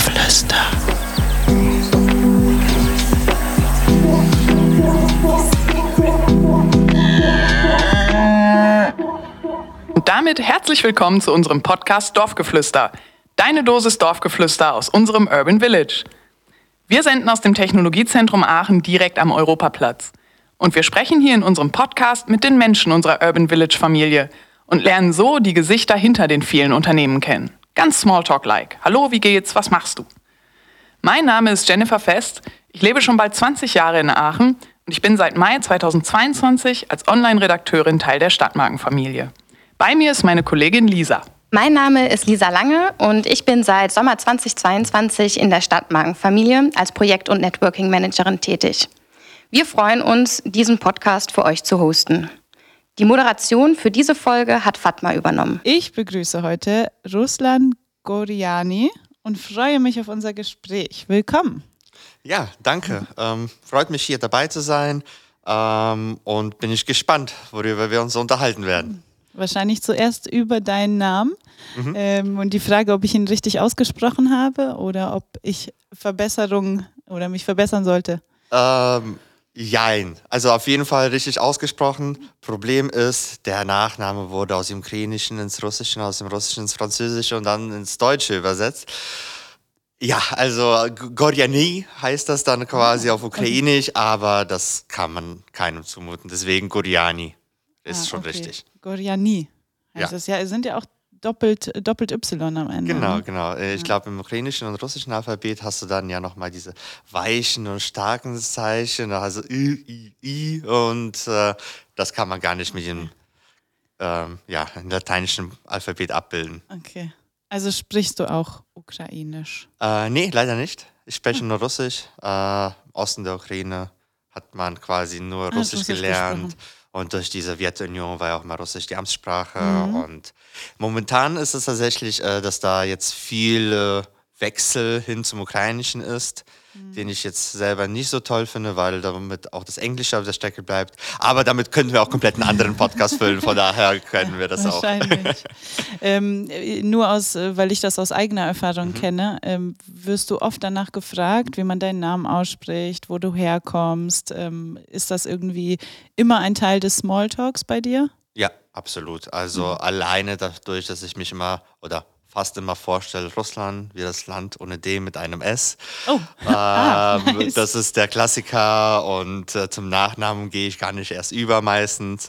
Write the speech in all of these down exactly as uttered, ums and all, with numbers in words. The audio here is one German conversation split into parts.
Dorfgeflüster. Und damit herzlich willkommen zu unserem Podcast Dorfgeflüster. Deine Dosis Dorfgeflüster aus unserem Urban Village. Wir senden aus dem Technologiezentrum Aachen direkt am Europaplatz. Und wir sprechen hier in unserem Podcast mit den Menschen unserer Urban Village Familie und lernen so die Gesichter hinter den vielen Unternehmen kennen. Ganz Smalltalk-like. Hallo, wie geht's? Was machst du? Mein Name ist Jennifer Fest. Ich lebe schon bald zwanzig Jahre in Aachen und ich bin seit Mai zweitausendzweiundzwanzig als Online-Redakteurin Teil der Stadtmarkenfamilie. Bei mir ist meine Kollegin Lisa. Mein Name ist Lisa Lange und ich bin seit Sommer zweitausendzweiundzwanzig in der Stadtmarkenfamilie als Projekt- und Networking-Managerin tätig. Wir freuen uns, diesen Podcast für euch zu hosten. Die Moderation für diese Folge hat Fatma übernommen. Ich begrüße heute Ruslan Goriani und freue mich auf unser Gespräch. Willkommen. Ja, danke. Ähm, freut mich, hier dabei zu sein ähm, und bin ich gespannt, worüber wir uns unterhalten werden. Wahrscheinlich zuerst über deinen Namen mhm. ähm, und die Frage, ob ich ihn richtig ausgesprochen habe oder ob ich Verbesserung oder mich verbessern sollte. Ähm, jein. Also auf jeden Fall richtig ausgesprochen. Problem ist, der Nachname wurde aus dem Ukrainischen ins Russische, aus dem Russischen ins Französische und dann ins Deutsche übersetzt. Ja, also Gorjani heißt das dann quasi auf Ukrainisch, okay. Aber das kann man keinem zumuten. Deswegen Goriani ist ah, schon okay. richtig. Gorjani heißt ja. das. Ja, es sind ja auch doppelt, doppelt Y am Ende. Genau, ne? genau. Ich ja. glaube, im ukrainischen und russischen Alphabet hast du dann ja nochmal diese weichen und starken Zeichen, also I, I, I und äh, das kann man gar nicht mit dem ähm, ja, lateinischen Alphabet abbilden. Okay. Also sprichst du auch Ukrainisch? Äh, nee, leider nicht. Ich spreche hm. nur Russisch. Äh, Im Osten der Ukraine hat man quasi nur ah, Russisch, Russisch gelernt. Gesprochen. Und durch die Sowjetunion war ja auch mal Russisch die Amtssprache. Mhm. Und momentan ist es tatsächlich, äh, dass da jetzt viel äh, Wechsel hin zum Ukrainischen ist, mhm. den ich jetzt selber nicht so toll finde, weil damit auch das Englische auf der Strecke bleibt. Aber damit könnten wir auch komplett einen anderen Podcast füllen, von daher können wir das Wahrscheinlich. auch. ähm, nur aus, weil ich das aus eigener Erfahrung mhm. kenne, ähm, wirst du oft danach gefragt, wie man deinen Namen ausspricht, wo du herkommst. Ähm, ist das irgendwie immer ein Teil des Smalltalks bei dir? Ja, absolut. Also mhm. alleine dadurch, dass ich mich immer oder fast immer vorstelle, Russland wie das Land ohne D mit einem S. Oh. Ähm, ah, nice. Das ist der Klassiker und äh, zum Nachnamen gehe ich gar nicht erst über meistens.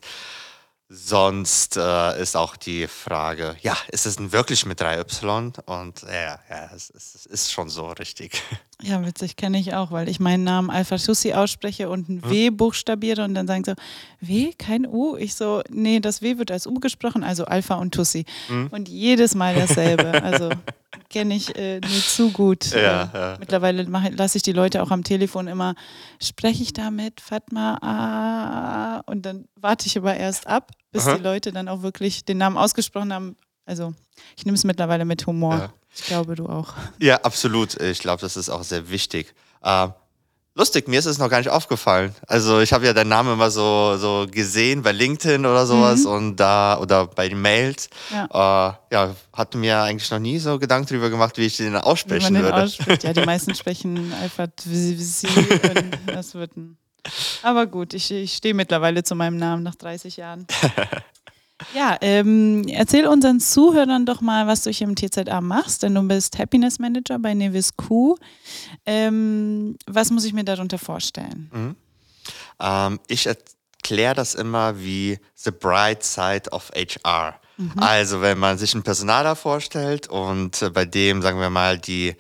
Sonst äh, ist auch die Frage, ja, ist es denn wirklich mit drei Y? Und ja, ja es, es ist schon so richtig. Ja, witzig, kenne ich auch, weil ich meinen Namen Alpha-Tussi ausspreche und ein W buchstabiere und dann sagen so, W, kein U? Ich so, nee, das W wird als U gesprochen, also Alpha und Tussi. Mhm. Und jedes Mal dasselbe, also kenne ich äh, nur zu gut. Ja, äh, ja. Mittlerweile lasse ich die Leute auch am Telefon immer, spreche ich da mit Fatma? Ah, und dann warte ich aber erst ab, bis Aha. die Leute dann auch wirklich den Namen ausgesprochen haben. Also ich nehme es mittlerweile mit Humor. Ja. Ich glaube, du auch. Ja, absolut. Ich glaube, das ist auch sehr wichtig. Äh, lustig, mir ist es noch gar nicht aufgefallen. Also ich habe ja deinen Namen immer so, so gesehen bei LinkedIn oder sowas mhm. und da oder bei den Mails. Ja. Äh, ja, hatte mir eigentlich noch nie so Gedanken darüber gemacht, wie ich den aussprechen wie man würde. Den ausspricht. Ja, die meisten sprechen einfach und das wird ein. Aber gut, ich, ich stehe mittlerweile zu meinem Namen nach dreißig Jahren. Ja, ähm, erzähl unseren Zuhörern doch mal, was du hier im T Z A machst, denn du bist Happiness Manager bei Nevis Q. Ähm, was muss ich mir darunter vorstellen? Mhm. Ähm, ich erkläre das immer wie the bright side of H R. Mhm. Also wenn man sich einen Personaler vorstellt und äh, bei dem, sagen wir mal, die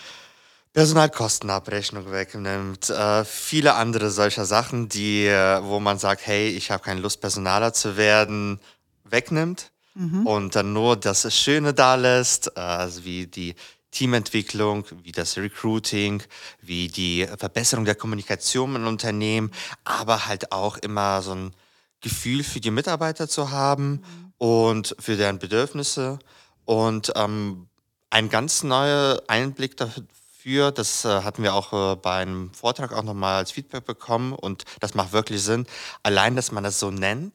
Personalkostenabrechnung wegnimmt, äh, viele andere solcher Sachen, die, äh, wo man sagt, hey, ich habe keine Lust, Personaler zu werden, wegnimmt mhm. und dann nur das Schöne da lässt, äh, also wie die Teamentwicklung, wie das Recruiting, wie die Verbesserung der Kommunikation im Unternehmen, aber halt auch immer so ein Gefühl für die Mitarbeiter zu haben mhm. und für deren Bedürfnisse und ähm, ein ganz neuer Einblick dafür, Für, das äh, hatten wir auch äh, bei einem Vortrag auch nochmal als Feedback bekommen und das macht wirklich Sinn. Allein, dass man das so nennt,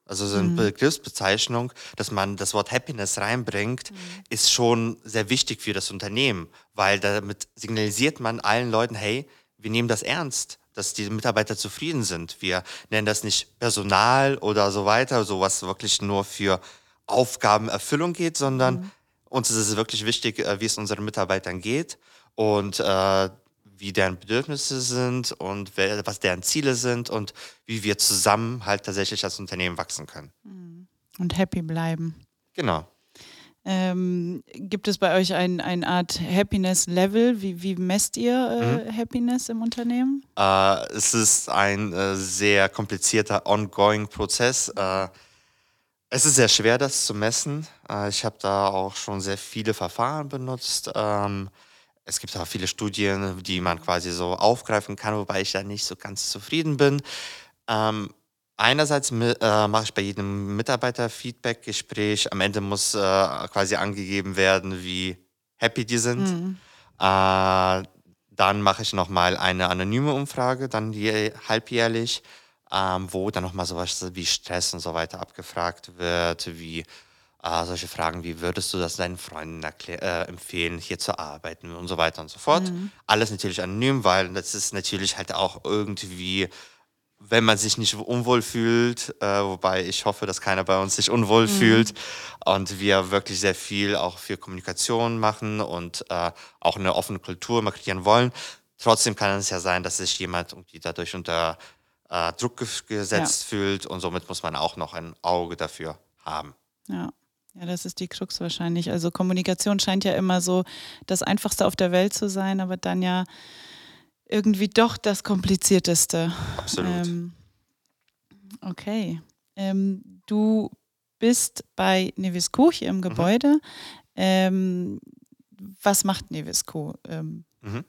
Also so eine mhm. Begriffsbezeichnung, dass man das Wort Happiness reinbringt, mhm. ist schon sehr wichtig für das Unternehmen, weil damit signalisiert man allen Leuten, hey, wir nehmen das ernst, dass die Mitarbeiter zufrieden sind. Wir nennen das nicht Personal oder so weiter, so was wirklich nur für Aufgabenerfüllung geht, sondern mhm. uns ist es wirklich wichtig, wie es unseren Mitarbeitern geht und äh, wie deren Bedürfnisse sind und wer, was deren Ziele sind und wie wir zusammen halt tatsächlich als Unternehmen wachsen können. Und happy bleiben. Genau. Ähm, gibt es bei euch ein, eine Art Happiness-Level? Wie, wie messt ihr äh, mhm. Happiness im Unternehmen? Äh, es ist ein äh, sehr komplizierter ongoing-Prozess. Äh, es ist sehr schwer, das zu messen. Äh, ich habe da auch schon sehr viele Verfahren benutzt. Ähm, Es gibt auch viele Studien, die man quasi so aufgreifen kann, wobei ich da nicht so ganz zufrieden bin. Ähm, einerseits äh, mache ich bei jedem Mitarbeiter-Feedback-Gespräch, am Ende muss äh, quasi angegeben werden, wie happy die sind. Mhm. Äh, dann mache ich nochmal eine anonyme Umfrage, dann je, halbjährlich, ähm, wo dann nochmal sowas wie Stress und so weiter abgefragt wird, wie Uh, solche Fragen wie, würdest du das deinen Freunden erklär- äh, empfehlen, hier zu arbeiten und so weiter und so fort. Mhm. Alles natürlich anonym, weil das ist natürlich halt auch irgendwie, wenn man sich nicht unwohl fühlt, äh, wobei ich hoffe, dass keiner bei uns sich unwohl mhm. fühlt und wir wirklich sehr viel auch für Kommunikation machen und äh, auch eine offene Kultur markieren wollen. Trotzdem kann es ja sein, dass sich jemand irgendwie dadurch unter äh, Druck ge- gesetzt ja. fühlt und somit muss man auch noch ein Auge dafür haben. Ja. Ja, das ist die Krux wahrscheinlich. Also Kommunikation scheint ja immer so das Einfachste auf der Welt zu sein, aber dann ja irgendwie doch das Komplizierteste. Absolut. Ähm, okay. Ähm, du bist bei Nevisco hier im Gebäude. Mhm. Ähm, was macht Nevisco? Ähm, mhm.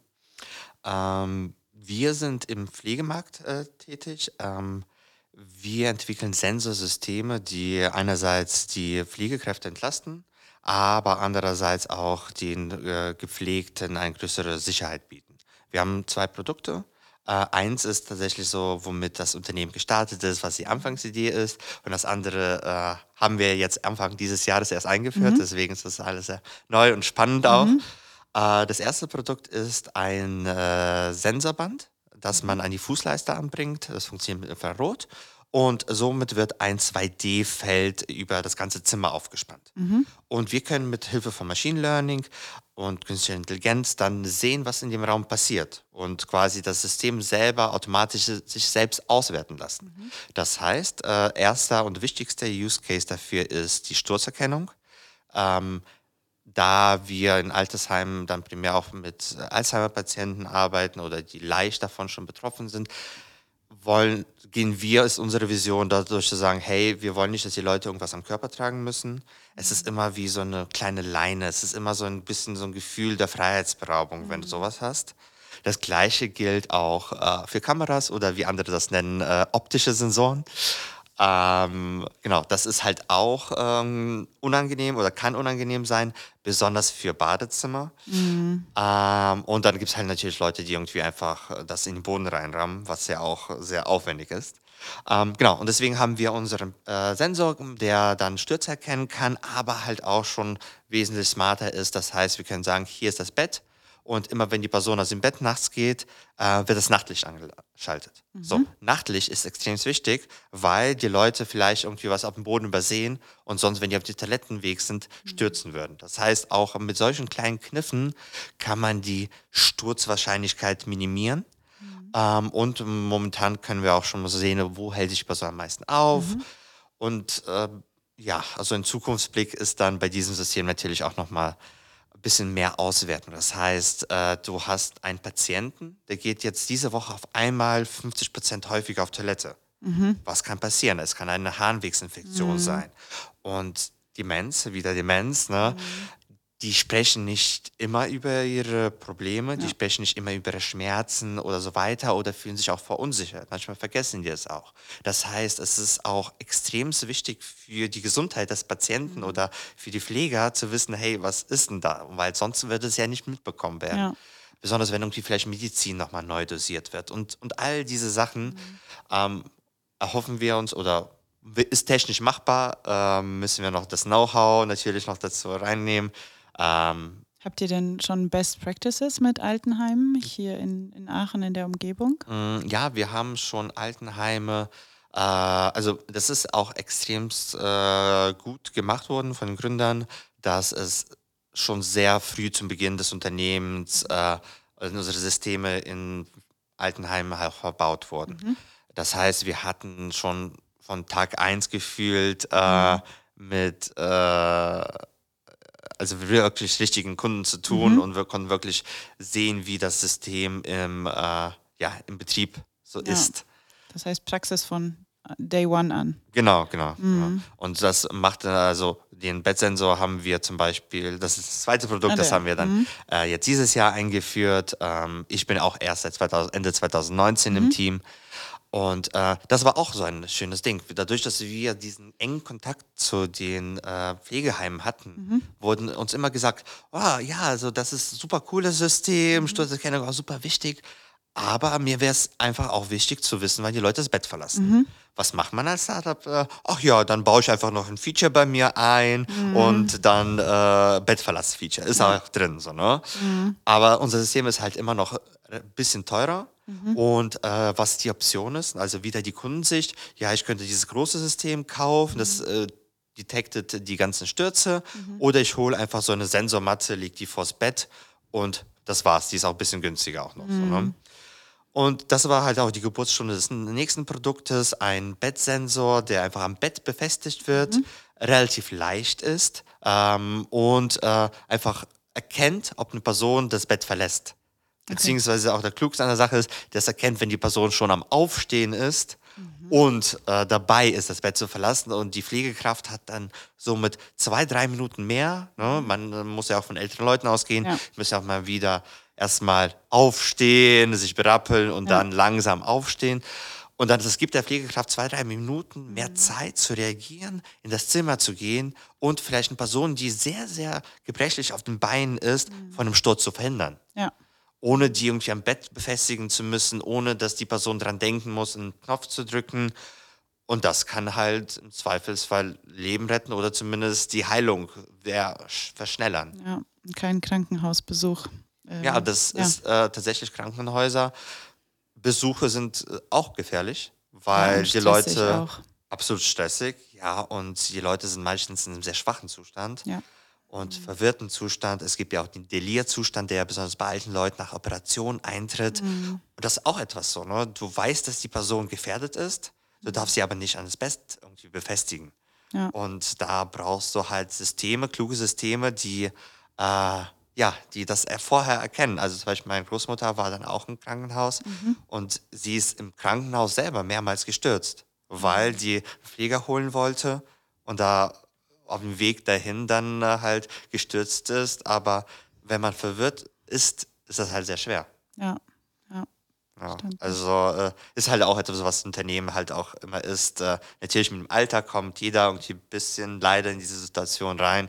ähm, wir sind im Pflegemarkt äh, tätig. Ähm, Wir entwickeln Sensorsysteme, die einerseits die Pflegekräfte entlasten, aber andererseits auch den äh, Gepflegten eine größere Sicherheit bieten. Wir haben zwei Produkte. Äh, eins ist tatsächlich so, womit das Unternehmen gestartet ist, was die Anfangsidee ist. Und das andere äh, haben wir jetzt Anfang dieses Jahres erst eingeführt. Mhm. Deswegen ist das alles sehr neu und spannend auch. Mhm. Äh, das erste Produkt ist ein äh, Sensorband, das man an die Fußleiste anbringt. Das funktioniert mit Infrarot. Und somit wird ein zwei D-Feld über das ganze Zimmer aufgespannt. Mhm. Und wir können mit Hilfe von Machine Learning und künstlicher Intelligenz dann sehen, was in dem Raum passiert. Und quasi das System selber automatisch sich selbst auswerten lassen. Mhm. Das heißt, äh, erster und wichtigster Use Case dafür ist die Sturzerkennung. Ähm, Da wir in Altersheimen dann primär auch mit Alzheimer-Patienten arbeiten oder die leicht davon schon betroffen sind, wollen, gehen wir, ist unsere Vision dadurch zu sagen, hey, wir wollen nicht, dass die Leute irgendwas am Körper tragen müssen. Es ist immer wie so eine kleine Leine. Es ist immer so ein bisschen so ein Gefühl der Freiheitsberaubung, mhm. wenn du sowas hast. Das Gleiche gilt auch äh, für Kameras oder wie andere das nennen, äh, optische Sensoren. Ähm, genau, das ist halt auch ähm, unangenehm oder kann unangenehm sein, besonders für Badezimmer. Mhm. Ähm, und dann gibt es halt natürlich Leute, die irgendwie einfach das in den Boden reinrammen, was ja auch sehr aufwendig ist. Ähm, genau, und deswegen haben wir unseren äh, Sensor, der dann Stürze erkennen kann, aber halt auch schon wesentlich smarter ist. Das heißt, wir können sagen, hier ist das Bett. Und immer wenn die Person aus dem Bett nachts geht, äh, wird das Nachtlicht angeschaltet. Mhm. So, Nachtlicht ist extrem wichtig, weil die Leute vielleicht irgendwie was auf dem Boden übersehen und sonst, wenn die auf die Toilettenweg sind, stürzen würden. Das heißt, auch mit solchen kleinen Kniffen kann man die Sturzwahrscheinlichkeit minimieren. Mhm. Ähm, und momentan können wir auch schon mal sehen, wo hält sich die Person am meisten auf. Mhm. Und äh, ja, also ein Zukunftsblick ist dann bei diesem System natürlich auch nochmal bisschen mehr auswerten. Das heißt, äh, du hast einen Patienten, der geht jetzt diese Woche auf einmal fünfzig Prozent häufiger auf Toilette. Mhm. Was kann passieren? Es kann eine Harnwegsinfektion mhm. sein. Und Demenz, wieder Demenz, ne? Mhm. Die sprechen nicht immer über ihre Probleme, die ja. sprechen nicht immer über ihre Schmerzen oder so weiter oder fühlen sich auch verunsichert. Manchmal vergessen die es auch. Das heißt, es ist auch extrem wichtig für die Gesundheit des Patienten mhm. oder für die Pfleger zu wissen, hey, was ist denn da? Weil sonst würde es ja nicht mitbekommen werden. Ja. Besonders wenn irgendwie vielleicht Medizin nochmal neu dosiert wird. Und, und all diese Sachen mhm. ähm, erhoffen wir uns oder ist technisch machbar, ähm, müssen wir noch das Know-how natürlich noch dazu reinnehmen. Ähm, Habt ihr denn schon Best Practices mit Altenheimen hier in, in Aachen in der Umgebung? mh, ja, wir haben schon Altenheime, äh, also das ist auch extremst äh, gut gemacht worden von den Gründern, dass es schon sehr früh zum Beginn des Unternehmens äh, unsere Systeme in Altenheimen halt verbaut wurden. Mhm. Das heißt, wir hatten schon von Tag eins gefühlt äh, Mhm. mit äh, also wirklich richtigen Kunden zu tun Mhm. und wir konnten wirklich sehen, wie das System im, äh, ja, im Betrieb so Ja. ist. Das heißt Praxis von Day One an. Genau, genau, Mhm. genau. Und das macht äh, also den Bettsensor haben wir zum Beispiel, das ist das zweite Produkt, Ah, das der. haben wir dann Mhm. äh, jetzt dieses Jahr eingeführt. Ähm, ich bin auch erst seit zweitausend, Ende zwanzig neunzehn Mhm. im Team. Und äh, das war auch so ein schönes Ding. Dadurch, dass wir diesen engen Kontakt zu den äh, Pflegeheimen hatten, Mhm. wurden uns immer gesagt, oh, ja, also das ist ein super cooles System, Mhm. Sturzerkennung auch super wichtig. Aber mir wäre es einfach auch wichtig zu wissen, wann die Leute das Bett verlassen. Mhm. Was macht man als Startup? Äh, Ach ja, dann baue ich einfach noch ein Feature bei mir ein Mhm. und dann äh, Bettverlass-Feature. Ist Ja. auch drin, so, ne? Mhm. Aber unser System ist halt immer noch ein bisschen teurer. Mhm. Und äh, was die Option ist, also wieder die Kundensicht, ja, ich könnte dieses große System kaufen, das äh, detectet die ganzen Stürze, Mhm. oder ich hole einfach so eine Sensormatte, leg die vors Bett und das war's. Die ist auch ein bisschen günstiger auch noch. So, ne? Mhm. Und das war halt auch die Geburtsstunde des nächsten Produktes, ein Bettsensor, der einfach am Bett befestigt wird, Mhm. relativ leicht ist ähm, und äh, einfach erkennt, ob eine Person das Bett verlässt. Beziehungsweise auch der Klugste an der Sache ist, dass erkennt, wenn die Person schon am Aufstehen ist und äh, dabei ist, das Bett zu verlassen. Und die Pflegekraft hat dann so mit zwei, drei Minuten mehr. Ne? Man äh, muss ja auch von älteren Leuten ausgehen. Ja. Die müssen ja auch mal wieder erstmal aufstehen, sich berappeln und Ja. dann langsam aufstehen. Und dann es gibt der Pflegekraft zwei, drei Minuten mehr Zeit zu reagieren, in das Zimmer zu gehen und vielleicht eine Person, die sehr, sehr gebrechlich auf den Beinen ist, von einem Sturz zu verhindern. Ja. Ohne die irgendwie am Bett befestigen zu müssen, ohne dass die Person dran denken muss, einen Knopf zu drücken. Und das kann halt im Zweifelsfall Leben retten oder zumindest die Heilung der verschnellern. Ja. Kein Krankenhausbesuch. Ähm, Ja, das ja. ist äh, tatsächlich Krankenhäuser. Besuche sind äh, auch gefährlich, Ja, weil und die stressig Leute auch. absolut stressig, ja, und die Leute sind meistens in einem sehr schwachen Zustand. Ja. Und verwirrten Zustand. Es gibt ja auch den Delirzustand, der ja besonders bei alten Leuten nach Operation eintritt. Mhm. Und das ist auch etwas so, ne? Du weißt, dass die Person gefährdet ist, du darfst sie aber nicht an das Bett irgendwie befestigen. Ja. Und da brauchst du halt Systeme, kluge Systeme, die, äh, ja, die das er- vorher erkennen. Also zum Beispiel meine Großmutter war dann auch im Krankenhaus und sie ist im Krankenhaus selber mehrmals gestürzt, weil die Pfleger holen wollte und da auf dem Weg dahin dann äh, halt gestürzt ist. Aber wenn man verwirrt ist, ist das halt sehr schwer. Ja. Ja. Ja, Stimmt. also äh, ist halt auch etwas, was Unternehmen halt auch immer ist. Äh, natürlich mit dem Alter kommt jeder irgendwie ein bisschen leider in diese Situation rein.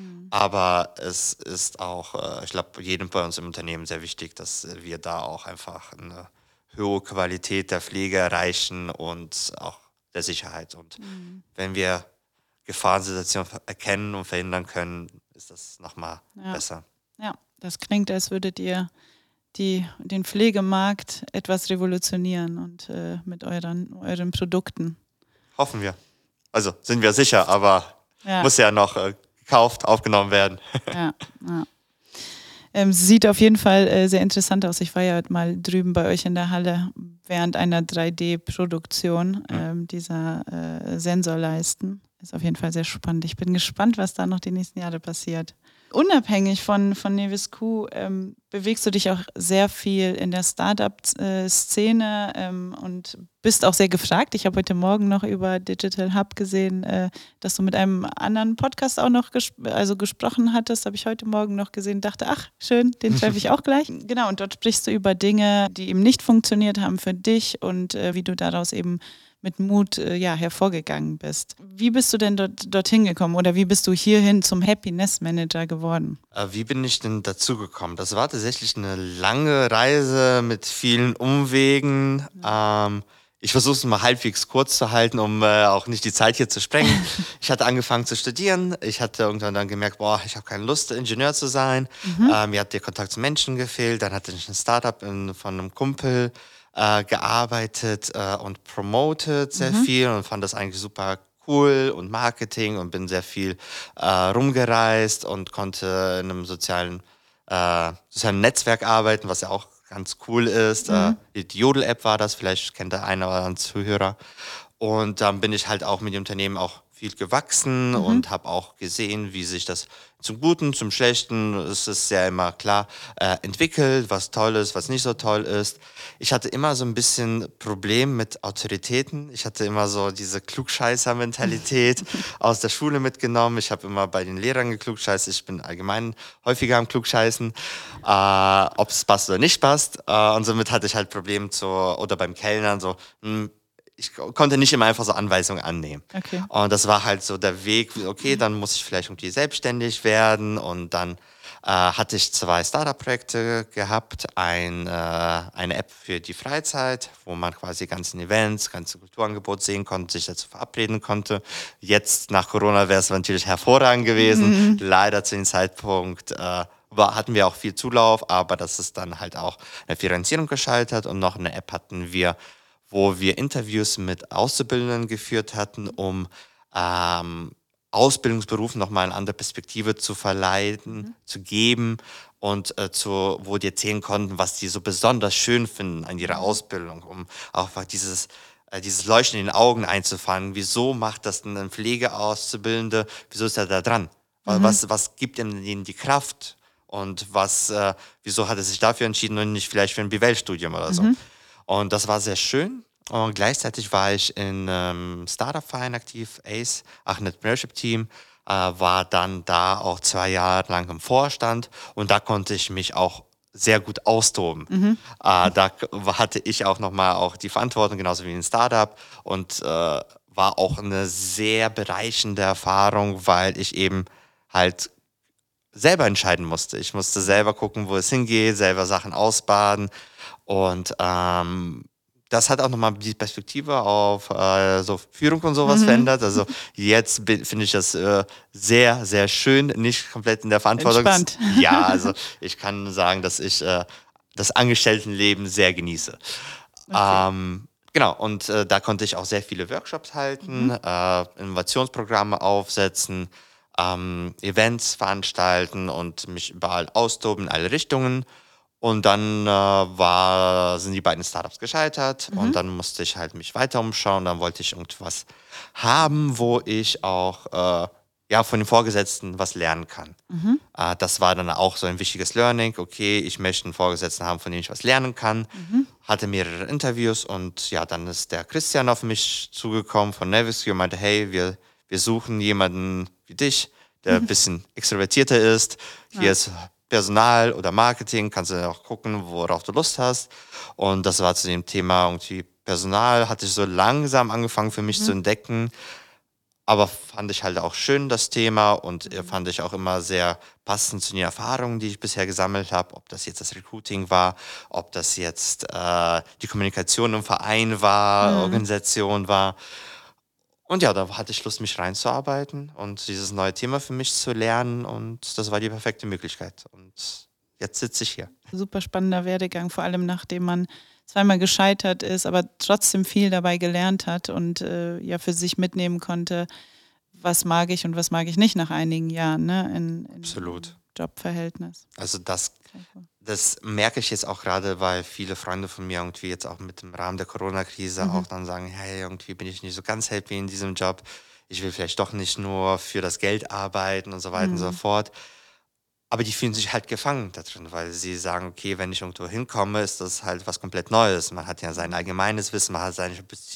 Aber es ist auch, äh, ich glaube, jedem bei uns im Unternehmen sehr wichtig, dass wir da auch einfach eine hohe Qualität der Pflege erreichen und auch der Sicherheit. Und wenn wir Gefahrensituationen erkennen und verhindern können, ist das nochmal Ja. besser. Ja, das klingt, als würdet ihr die, den Pflegemarkt etwas revolutionieren und äh, mit euren, euren Produkten. Hoffen wir. Also sind wir sicher, aber Ja. muss ja noch äh, gekauft, aufgenommen werden. Ja, ja. Ähm, sieht auf jeden Fall äh, sehr interessant aus. Ich war ja mal drüben bei euch in der Halle während einer drei D-Produktion ähm, dieser äh, Sensorleisten. Ist auf jeden Fall sehr spannend. Ich bin gespannt, was da noch die nächsten Jahre passiert. Unabhängig von, von Nevisq ähm, bewegst du dich auch sehr viel in der Startup-Szene ähm, und bist auch sehr gefragt. Ich habe heute Morgen noch über Digital Hub gesehen, äh, dass du mit einem anderen Podcast auch noch ges- also gesprochen hattest. Habe ich heute Morgen noch gesehen, dachte, ach, schön, den treffe ich auch gleich. Genau, und dort sprichst du über Dinge, die eben nicht funktioniert haben für dich und äh, wie du daraus eben mit Mut äh, ja, hervorgegangen bist. Wie bist du denn dort, dorthin gekommen oder wie bist du hierhin zum Happiness Manager geworden? Äh, wie bin ich denn dazu gekommen? Das war tatsächlich eine lange Reise mit vielen Umwegen. Ähm, ich versuche es mal halbwegs kurz zu halten, um äh, auch nicht die Zeit hier zu sprengen. Ich hatte angefangen zu studieren. Ich hatte irgendwann dann gemerkt, boah, ich habe keine Lust, Ingenieur zu sein. Mhm. Äh, mir hat der Kontakt zu Menschen gefehlt. Dann hatte ich ein Startup in, von einem Kumpel äh, gearbeitet äh, und promotet sehr mhm. viel und fand das eigentlich super cool und Marketing und bin sehr viel äh, rumgereist und konnte in einem sozialen, äh, sozialen Netzwerk arbeiten, was ja auch ganz cool ist. Mhm. Äh, die Jodel-App war das, vielleicht kennt der eine oder andere Zuhörer. Und dann bin ich halt auch mit dem Unternehmen auch viel gewachsen mhm. und habe auch gesehen, wie sich das zum Guten, zum Schlechten, es ist ja immer klar, äh, entwickelt, was toll ist, was nicht so toll ist. Ich hatte immer so ein bisschen Problem mit Autoritäten. Ich hatte immer so diese Klugscheißer-Mentalität aus der Schule mitgenommen. Ich habe immer bei den Lehrern geklugscheißt. Ich bin allgemein häufiger am Klugscheißen, äh, ob es passt oder nicht passt. Äh, und somit hatte ich halt Probleme zu, oder beim Kellnern so, mh, ich konnte nicht immer einfach so Anweisungen annehmen. Okay. Und das war halt so der Weg, okay, dann muss ich vielleicht irgendwie selbstständig werden. Und dann äh, hatte ich zwei Startup-Projekte gehabt, ein, äh, eine App für die Freizeit, wo man quasi ganzen Events, ganze Kulturangebot sehen konnte, sich dazu verabreden konnte. Jetzt nach Corona wäre es natürlich hervorragend gewesen. Mhm. Leider zu dem Zeitpunkt äh, war, hatten wir auch viel Zulauf, aber das ist dann halt auch eine Finanzierung gescheitert. Und noch eine App hatten wir, wo wir Interviews mit Auszubildenden geführt hatten, um ähm, Ausbildungsberufen nochmal eine andere Perspektive zu verleihen, mhm. zu geben und äh, zu, wo die erzählen konnten, was die so besonders schön finden an ihrer Ausbildung, um auch dieses, äh, dieses Leuchten in den Augen einzufangen. Wieso macht das denn ein Pflegeauszubildende? Wieso ist er da dran? Mhm. Was, was gibt ihm ihnen die Kraft? Und was, äh, wieso hat er sich dafür entschieden und nicht vielleicht für ein B W L-Studium oder so? Mhm. Und das war sehr schön. Und gleichzeitig war ich in einem Startup-Verein aktiv, A C E, Aachen Entrepreneurship Team, äh, war dann da auch zwei Jahre lang im Vorstand und da konnte ich mich auch sehr gut austoben. Mhm. Äh, da hatte ich auch nochmal auch die Verantwortung, genauso wie ein Startup und äh, war auch eine sehr bereichernde Erfahrung, weil ich eben halt selber entscheiden musste. Ich musste selber gucken, wo es hingeht, selber Sachen ausbaden. Und ähm, das hat auch nochmal die Perspektive auf äh, so Führung und sowas mhm. verändert. Also jetzt finde ich das äh, sehr, sehr schön, nicht komplett in der Verantwortung. Entspannt. Ja, also ich kann sagen, dass ich äh, das Angestelltenleben sehr genieße. Okay. Ähm, genau, und äh, da konnte ich auch sehr viele Workshops halten, mhm. äh, Innovationsprogramme aufsetzen, ähm, Events veranstalten und mich überall austoben in alle Richtungen. Und dann äh, war, sind die beiden Startups gescheitert mhm. und dann musste ich halt mich weiter umschauen. Dann wollte ich irgendwas haben, wo ich auch äh, ja, von den Vorgesetzten was lernen kann. Mhm. Äh, das war dann auch so ein wichtiges Learning. Okay, ich möchte einen Vorgesetzten haben, von dem ich was lernen kann. Mhm. Hatte mehrere Interviews und ja, dann ist der Christian auf mich zugekommen von Navisky und meinte, hey, wir, wir suchen jemanden wie dich, der mhm. ein bisschen extrovertierter ist. Hier ja. ist Personal oder Marketing, kannst du auch gucken, worauf du Lust hast. Und das war zu dem Thema irgendwie Personal, hatte ich so langsam angefangen für mich mhm. zu entdecken. Aber fand ich halt auch schön, das Thema, und mhm. fand ich auch immer sehr passend zu den Erfahrungen, die ich bisher gesammelt habe. Ob das jetzt das Recruiting war, ob das jetzt äh, die Kommunikation im Verein war, mhm. Organisation war. Und ja, da hatte ich Lust, mich reinzuarbeiten und dieses neue Thema für mich zu lernen. Und das war die perfekte Möglichkeit. Und jetzt sitze ich hier. Super spannender Werdegang, vor allem nachdem man zweimal gescheitert ist, aber trotzdem viel dabei gelernt hat und äh, ja für sich mitnehmen konnte, was mag ich und was mag ich nicht nach einigen Jahren, ne, in, in Absolut. Jobverhältnis. Also das, das merke ich jetzt auch gerade, weil viele Freunde von mir irgendwie jetzt auch mit dem Rahmen der Corona-Krise mhm. auch dann sagen, hey, irgendwie bin ich nicht so ganz happy in diesem Job. Ich will vielleicht doch nicht nur für das Geld arbeiten und so weiter mhm. und so fort. Aber die fühlen sich halt gefangen da drin, weil sie sagen, okay, wenn ich irgendwo hinkomme, ist das halt was komplett Neues. Man hat ja sein allgemeines Wissen, man hat sein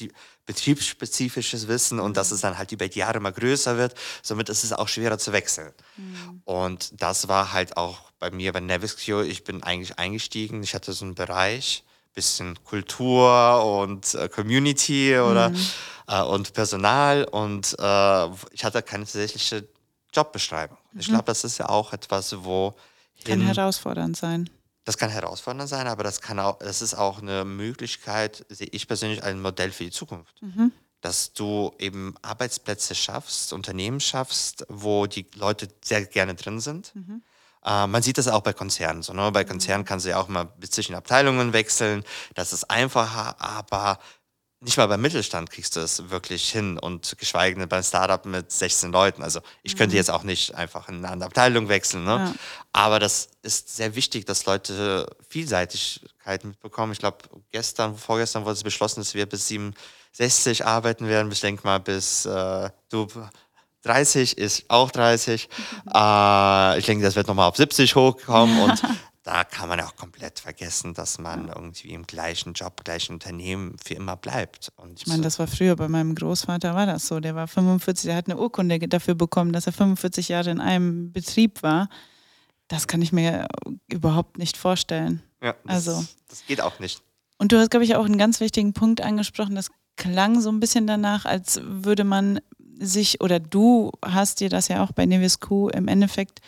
betriebsspezifisches Wissen und dass es dann halt über die Jahre immer größer wird. Somit ist es auch schwerer zu wechseln. Mhm. Und das war halt auch bei mir bei Navisky. Ich bin eigentlich eingestiegen. Ich hatte so einen Bereich, bisschen Kultur und äh, Community oder mhm. äh, und Personal und äh, ich hatte keine tatsächliche Jobbeschreibung. Mhm. Ich glaube, das ist ja auch etwas, wo kann herausfordernd sein. Das kann herausfordernd sein, aber das kann auch, das ist auch eine Möglichkeit, sehe ich persönlich, ein Modell für die Zukunft. Mhm. Dass du eben Arbeitsplätze schaffst, Unternehmen schaffst, wo die Leute sehr gerne drin sind. Mhm. Äh, man sieht das auch bei Konzernen. So, ne? Bei Konzernen kannst du ja auch mal zwischen Abteilungen wechseln. Das ist einfacher, aber nicht mal beim Mittelstand kriegst du es wirklich hin und geschweige denn beim Startup mit sechzehn Leuten. Also ich könnte jetzt auch nicht einfach in eine andere Abteilung wechseln. Ne? Ja. Aber das ist sehr wichtig, dass Leute Vielseitigkeit mitbekommen. Ich glaube, gestern, vorgestern wurde es beschlossen, dass wir bis siebenundsechzig arbeiten werden. Ich denke mal, bis äh, du dreißig ist auch dreißig. Mhm. Äh, ich denke, das wird nochmal auf siebzig hochkommen und da kann man auch komplett vergessen, dass man irgendwie im gleichen Job, gleichen Unternehmen für immer bleibt. Und ich meine, das war früher bei meinem Großvater, war das so. Der war fünfundvierzig, der hat eine Urkunde dafür bekommen, dass er fünfundvierzig Jahre in einem Betrieb war. Das kann ich mir überhaupt nicht vorstellen. Ja, das, also. das geht auch nicht. Und du hast, glaube ich, auch einen ganz wichtigen Punkt angesprochen. Das klang so ein bisschen danach, als würde man sich, oder du hast dir das ja auch bei Nevisq im Endeffekt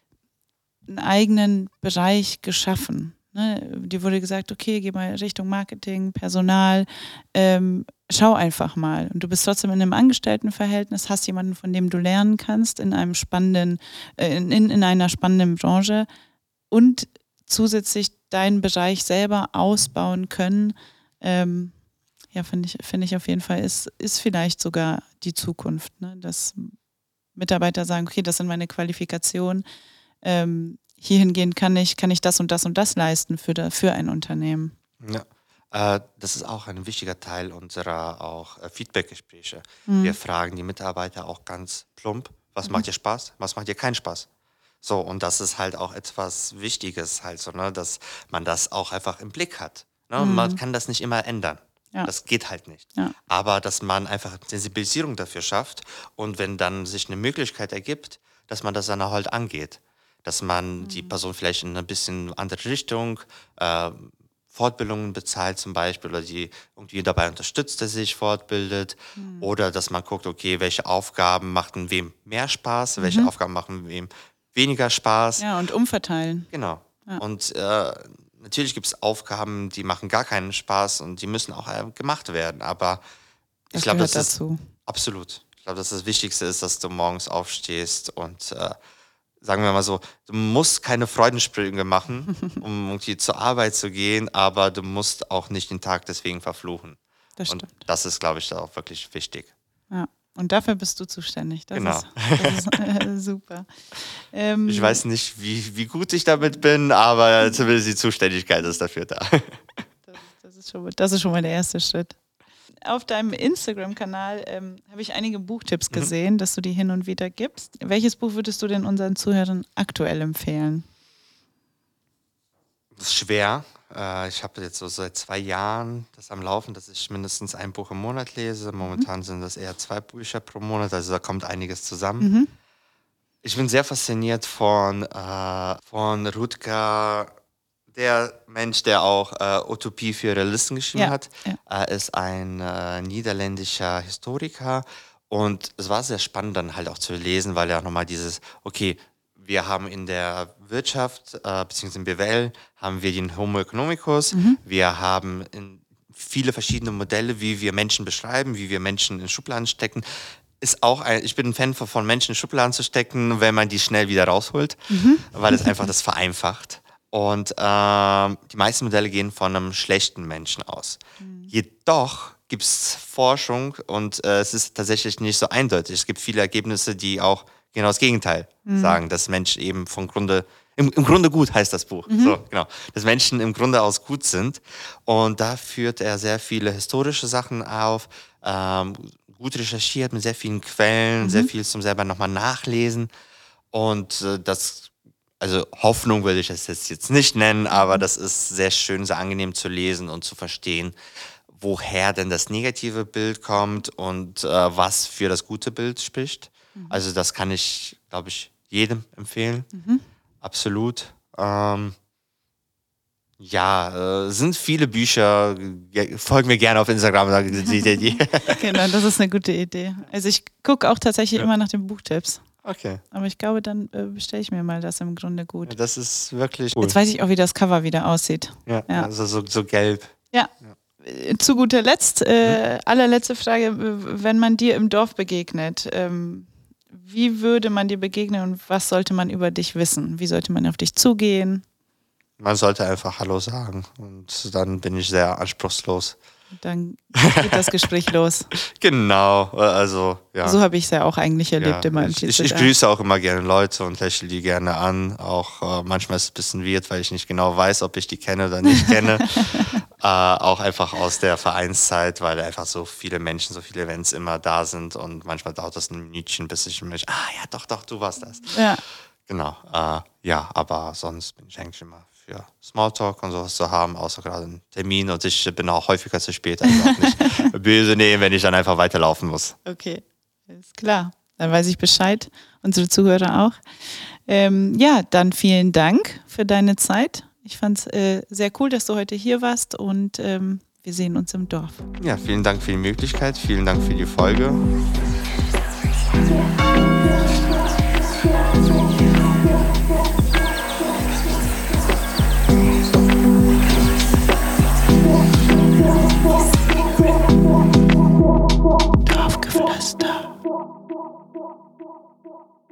einen eigenen Bereich geschaffen. Ne? Dir wurde gesagt, okay, geh mal Richtung Marketing, Personal, ähm, schau einfach mal. Und du bist trotzdem in einem Angestelltenverhältnis, hast jemanden, von dem du lernen kannst, in einem spannenden, äh, in, in einer spannenden Branche und zusätzlich deinen Bereich selber ausbauen können. Ähm, ja, finde ich, finde ich auf jeden Fall, ist, ist vielleicht sogar die Zukunft, ne? Dass Mitarbeiter sagen, okay, das sind meine Qualifikationen, ähm, hierhingehend kann ich, kann ich das und das und das leisten für, da, für ein Unternehmen. Ja, äh, das ist auch ein wichtiger Teil unserer auch äh, Feedback-Gespräche. Mhm. Wir fragen die Mitarbeiter auch ganz plump, was mhm. macht dir Spaß, was macht dir keinen Spaß? So, und das ist halt auch etwas Wichtiges, halt so, ne, dass man das auch einfach im Blick hat. Ne? Mhm. Man kann das nicht immer ändern. Ja. Das geht halt nicht. Ja. Aber dass man einfach Sensibilisierung dafür schafft und wenn dann sich eine Möglichkeit ergibt, dass man das dann halt angeht. Dass man mhm. die Person vielleicht in eine bisschen andere Richtung, äh, Fortbildungen bezahlt zum Beispiel oder die irgendwie dabei unterstützt, dass sich fortbildet. Mhm. Oder dass man guckt, okay, welche Aufgaben machen wem mehr Spaß, mhm. welche Aufgaben machen wem weniger Spaß. Ja, und umverteilen. Genau. Ja. Und äh, natürlich gibt es Aufgaben, die machen gar keinen Spaß und die müssen auch äh, gemacht werden. Aber ich glaube, das ist dazu. Absolut. Ich glaube, dass das Wichtigste ist, dass du morgens aufstehst und äh, sagen wir mal so, du musst keine Freudensprünge machen, um irgendwie zur Arbeit zu gehen, aber du musst auch nicht den Tag deswegen verfluchen. Das und stimmt. Das ist, glaube ich, auch wirklich wichtig. Ja, und dafür bist du zuständig. Das genau. ist, das ist äh, super. Ähm, ich weiß nicht, wie, wie gut ich damit bin, aber zumindest die Zuständigkeit ist dafür da. das, das, ist schon, das ist schon mal der erste Schritt. Auf deinem Instagram-Kanal ähm, habe ich einige Buchtipps gesehen, mhm. dass du die hin und wieder gibst. Welches Buch würdest du denn unseren Zuhörern aktuell empfehlen? Das ist schwer. Äh, ich habe jetzt so seit zwei Jahren das am Laufen, dass ich mindestens ein Buch im Monat lese. Momentan mhm. sind das eher zwei Bücher pro Monat, also da kommt einiges zusammen. Mhm. Ich bin sehr fasziniert von, äh, von Rutger. Der Mensch, der auch äh, Utopie für Realisten geschrieben ja, hat, ja. äh, ist ein äh, niederländischer Historiker und es war sehr spannend dann halt auch zu lesen, weil er auch nochmal dieses, okay, wir haben in der Wirtschaft, äh, beziehungsweise im B W L, haben wir den Homo economicus, mhm. wir haben in viele verschiedene Modelle, wie wir Menschen beschreiben, wie wir Menschen in Schubladen stecken. Ist auch ein, ich bin ein Fan von Menschen in Schubladen zu stecken, wenn man die schnell wieder rausholt, mhm. weil es einfach das vereinfacht. Und ähm, die meisten Modelle gehen von einem schlechten Menschen aus. Mhm. Jedoch gibt es Forschung und äh, es ist tatsächlich nicht so eindeutig. Es gibt viele Ergebnisse, die auch genau das Gegenteil mhm. sagen, dass Menschen eben vom Grunde, im, im Grunde gut heißt das Buch, mhm. so, genau, dass Menschen im Grunde aus gut sind. Und da führt er sehr viele historische Sachen auf, ähm, gut recherchiert mit sehr vielen Quellen, mhm. sehr viel zum selber nochmal nachlesen. Und äh, das Also Hoffnung würde ich es jetzt nicht nennen, aber das ist sehr schön, sehr angenehm zu lesen und zu verstehen, woher denn das negative Bild kommt und äh, was für das gute Bild spricht. Mhm. Also das kann ich, glaube ich, jedem empfehlen. Mhm. Absolut. Ähm, ja, äh, sind viele Bücher. Folgen mir gerne auf Instagram. Genau, das ist eine gute Idee. Also ich gucke auch tatsächlich ja. immer nach den Buchtipps. Okay. Aber ich glaube, dann äh, bestelle ich mir mal das im Grunde gut. Ja, das ist wirklich cool. Jetzt weiß ich auch, wie das Cover wieder aussieht. Ja, Ja. also so, so gelb. Ja. ja. Zu guter Letzt, äh, allerletzte Frage, wenn man dir im Dorf begegnet, ähm, wie würde man dir begegnen und was sollte man über dich wissen? Wie sollte man auf dich zugehen? Man sollte einfach Hallo sagen und dann bin ich sehr anspruchslos. Dann geht das Gespräch los. Genau, also ja. So habe ich es ja auch eigentlich erlebt ja, immer im ich, T Z A. ich, ich grüße auch immer gerne Leute und lächle die gerne an. Auch äh, manchmal ist es ein bisschen weird, weil ich nicht genau weiß, ob ich die kenne oder nicht kenne. äh, auch einfach aus der Vereinszeit, weil einfach so viele Menschen, so viele Events immer da sind und manchmal dauert das ein Minütchen, bis ich mich, ah ja, doch, doch, du warst das. Ja. Genau, äh, ja, aber sonst bin ich eigentlich immer für Smalltalk und sowas zu haben, außer gerade einen Termin und ich bin auch häufiger zu spät, also auch nicht böse nehmen, wenn ich dann einfach weiterlaufen muss. Okay, ist klar. Dann weiß ich Bescheid, unsere Zuhörer auch. Ähm, ja, dann vielen Dank für deine Zeit. Ich fand es äh, sehr cool, dass du heute hier warst und ähm, wir sehen uns im Dorf. Ja, vielen Dank für die Möglichkeit, vielen Dank für die Folge. Dorfgeflüster.